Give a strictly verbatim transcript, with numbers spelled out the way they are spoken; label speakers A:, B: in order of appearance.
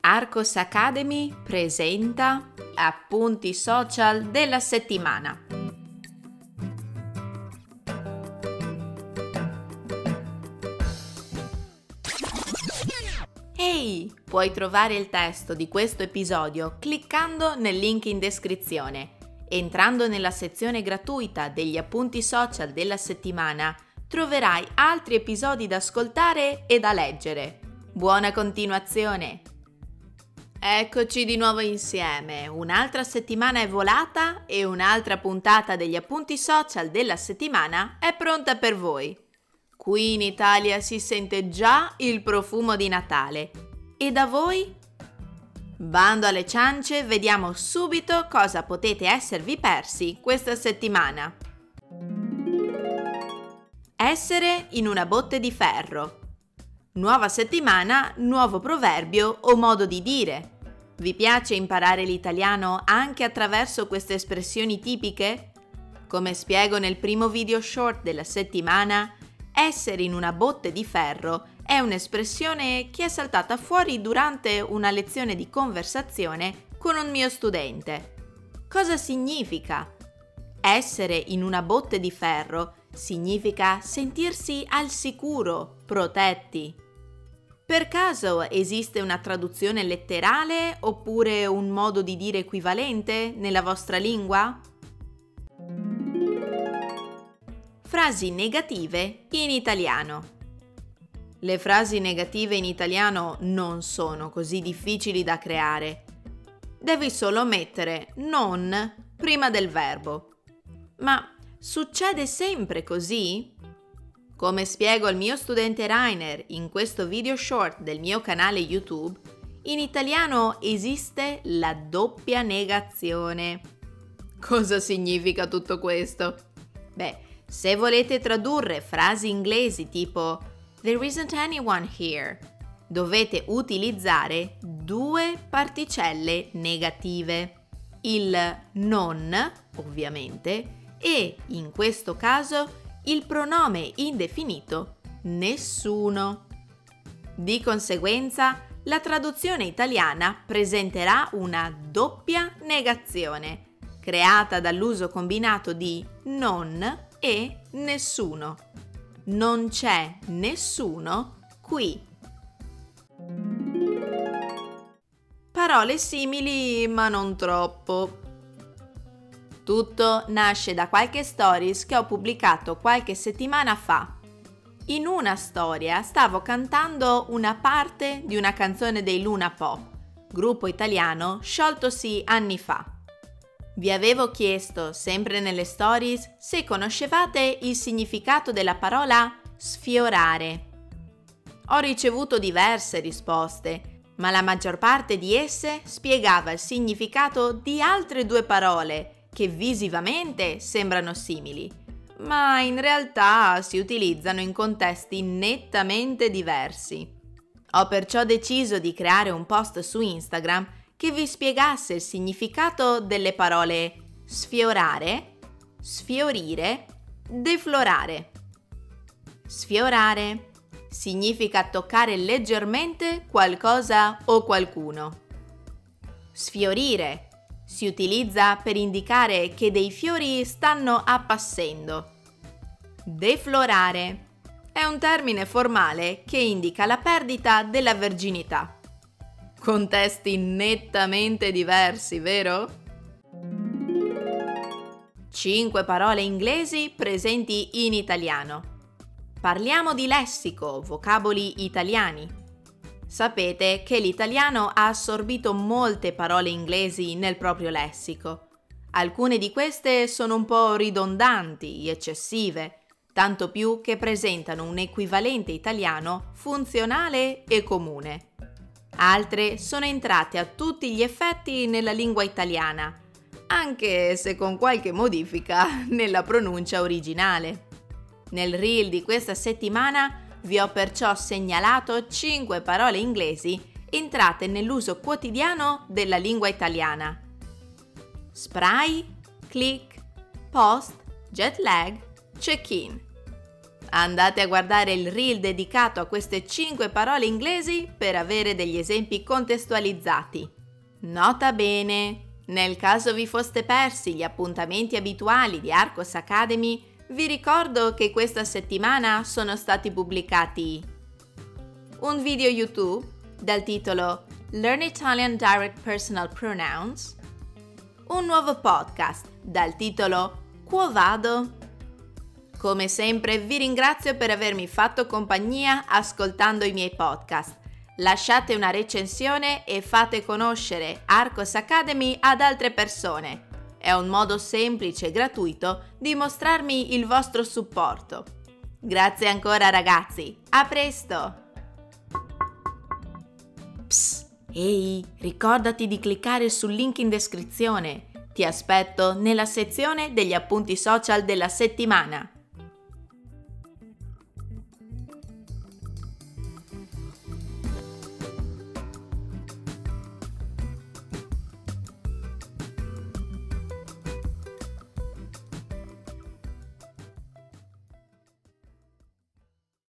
A: Arcos Academy presenta Appunti social della settimana. Ehi, puoi trovare il testo di questo episodio cliccando nel link in descrizione. Entrando nella sezione gratuita degli appunti social della settimana, troverai altri episodi da ascoltare e da leggere. Buona continuazione! Eccoci di nuovo insieme, un'altra settimana è volata e un'altra puntata degli appunti social della settimana è pronta per voi. Qui in Italia si sente già il profumo di Natale. E da voi? Bando alle ciance, vediamo subito cosa potete esservi persi questa settimana. Essere in una botte di ferro. Nuova settimana, nuovo proverbio o modo di dire. Vi piace imparare l'italiano anche attraverso queste espressioni tipiche? Come spiego nel primo video short della settimana, essere in una botte di ferro è un'espressione che è saltata fuori durante una lezione di conversazione con un mio studente. Cosa significa? Essere in una botte di ferro significa sentirsi al sicuro, protetti. Per caso esiste una traduzione letterale oppure un modo di dire equivalente nella vostra lingua? Frasi negative in italiano. Le frasi negative in italiano non sono così difficili da creare. Devi solo mettere non prima del verbo. Ma succede sempre così? Come spiego al mio studente Rainer in questo video short del mio canale YouTube, in italiano esiste la doppia negazione. Cosa significa tutto questo? Beh, se volete tradurre frasi inglesi tipo "There isn't anyone here", dovete utilizzare due particelle negative. Il non, ovviamente, e in questo caso il pronome indefinito nessuno. Di conseguenza, la traduzione italiana presenterà una doppia negazione, creata dall'uso combinato di non e nessuno. Non c'è nessuno qui. Parole simili, ma non troppo. Tutto nasce da qualche stories che ho pubblicato qualche settimana fa. In una storia stavo cantando una parte di una canzone dei Luna Pop, gruppo italiano scioltosi anni fa. Vi avevo chiesto, sempre nelle stories, se conoscevate il significato della parola sfiorare. Ho ricevuto diverse risposte, ma la maggior parte di esse spiegava il significato di altre due parole che visivamente sembrano simili, ma in realtà si utilizzano in contesti nettamente diversi. Ho perciò deciso di creare un post su Instagram che vi spiegasse il significato delle parole sfiorare, sfiorire, deflorare. Sfiorare significa toccare leggermente qualcosa o qualcuno. Sfiorire si utilizza per indicare che dei fiori stanno appassendo. Deflorare è un termine formale che indica la perdita della verginità. Contesti nettamente diversi, vero? Cinque parole inglesi presenti in italiano. Parliamo di lessico, vocaboli italiani. Sapete che l'italiano ha assorbito molte parole inglesi nel proprio lessico. Alcune di queste sono un po' ridondanti, eccessive, tanto più che presentano un equivalente italiano funzionale e comune. Altre sono entrate a tutti gli effetti nella lingua italiana, anche se con qualche modifica nella pronuncia originale. Nel reel di questa settimana vi ho perciò segnalato cinque parole inglesi entrate nell'uso quotidiano della lingua italiana. Spray, click, post, jet lag, check-in. Andate a guardare il reel dedicato a queste cinque parole inglesi per avere degli esempi contestualizzati. Nota bene, nel caso vi foste persi gli appuntamenti abituali di Arcos Academy, vi ricordo che questa settimana sono stati pubblicati un video YouTube dal titolo Learn Italian Direct Personal Pronouns, un nuovo podcast dal titolo Quo Vado? Come sempre vi ringrazio per avermi fatto compagnia ascoltando i miei podcast. Lasciate una recensione e fate conoscere Arcos Academy ad altre persone. È un modo semplice e gratuito di mostrarmi il vostro supporto. Grazie ancora ragazzi, a presto! Psst, ehi, ricordati di cliccare sul link in descrizione. Ti aspetto nella sezione degli appunti social della settimana.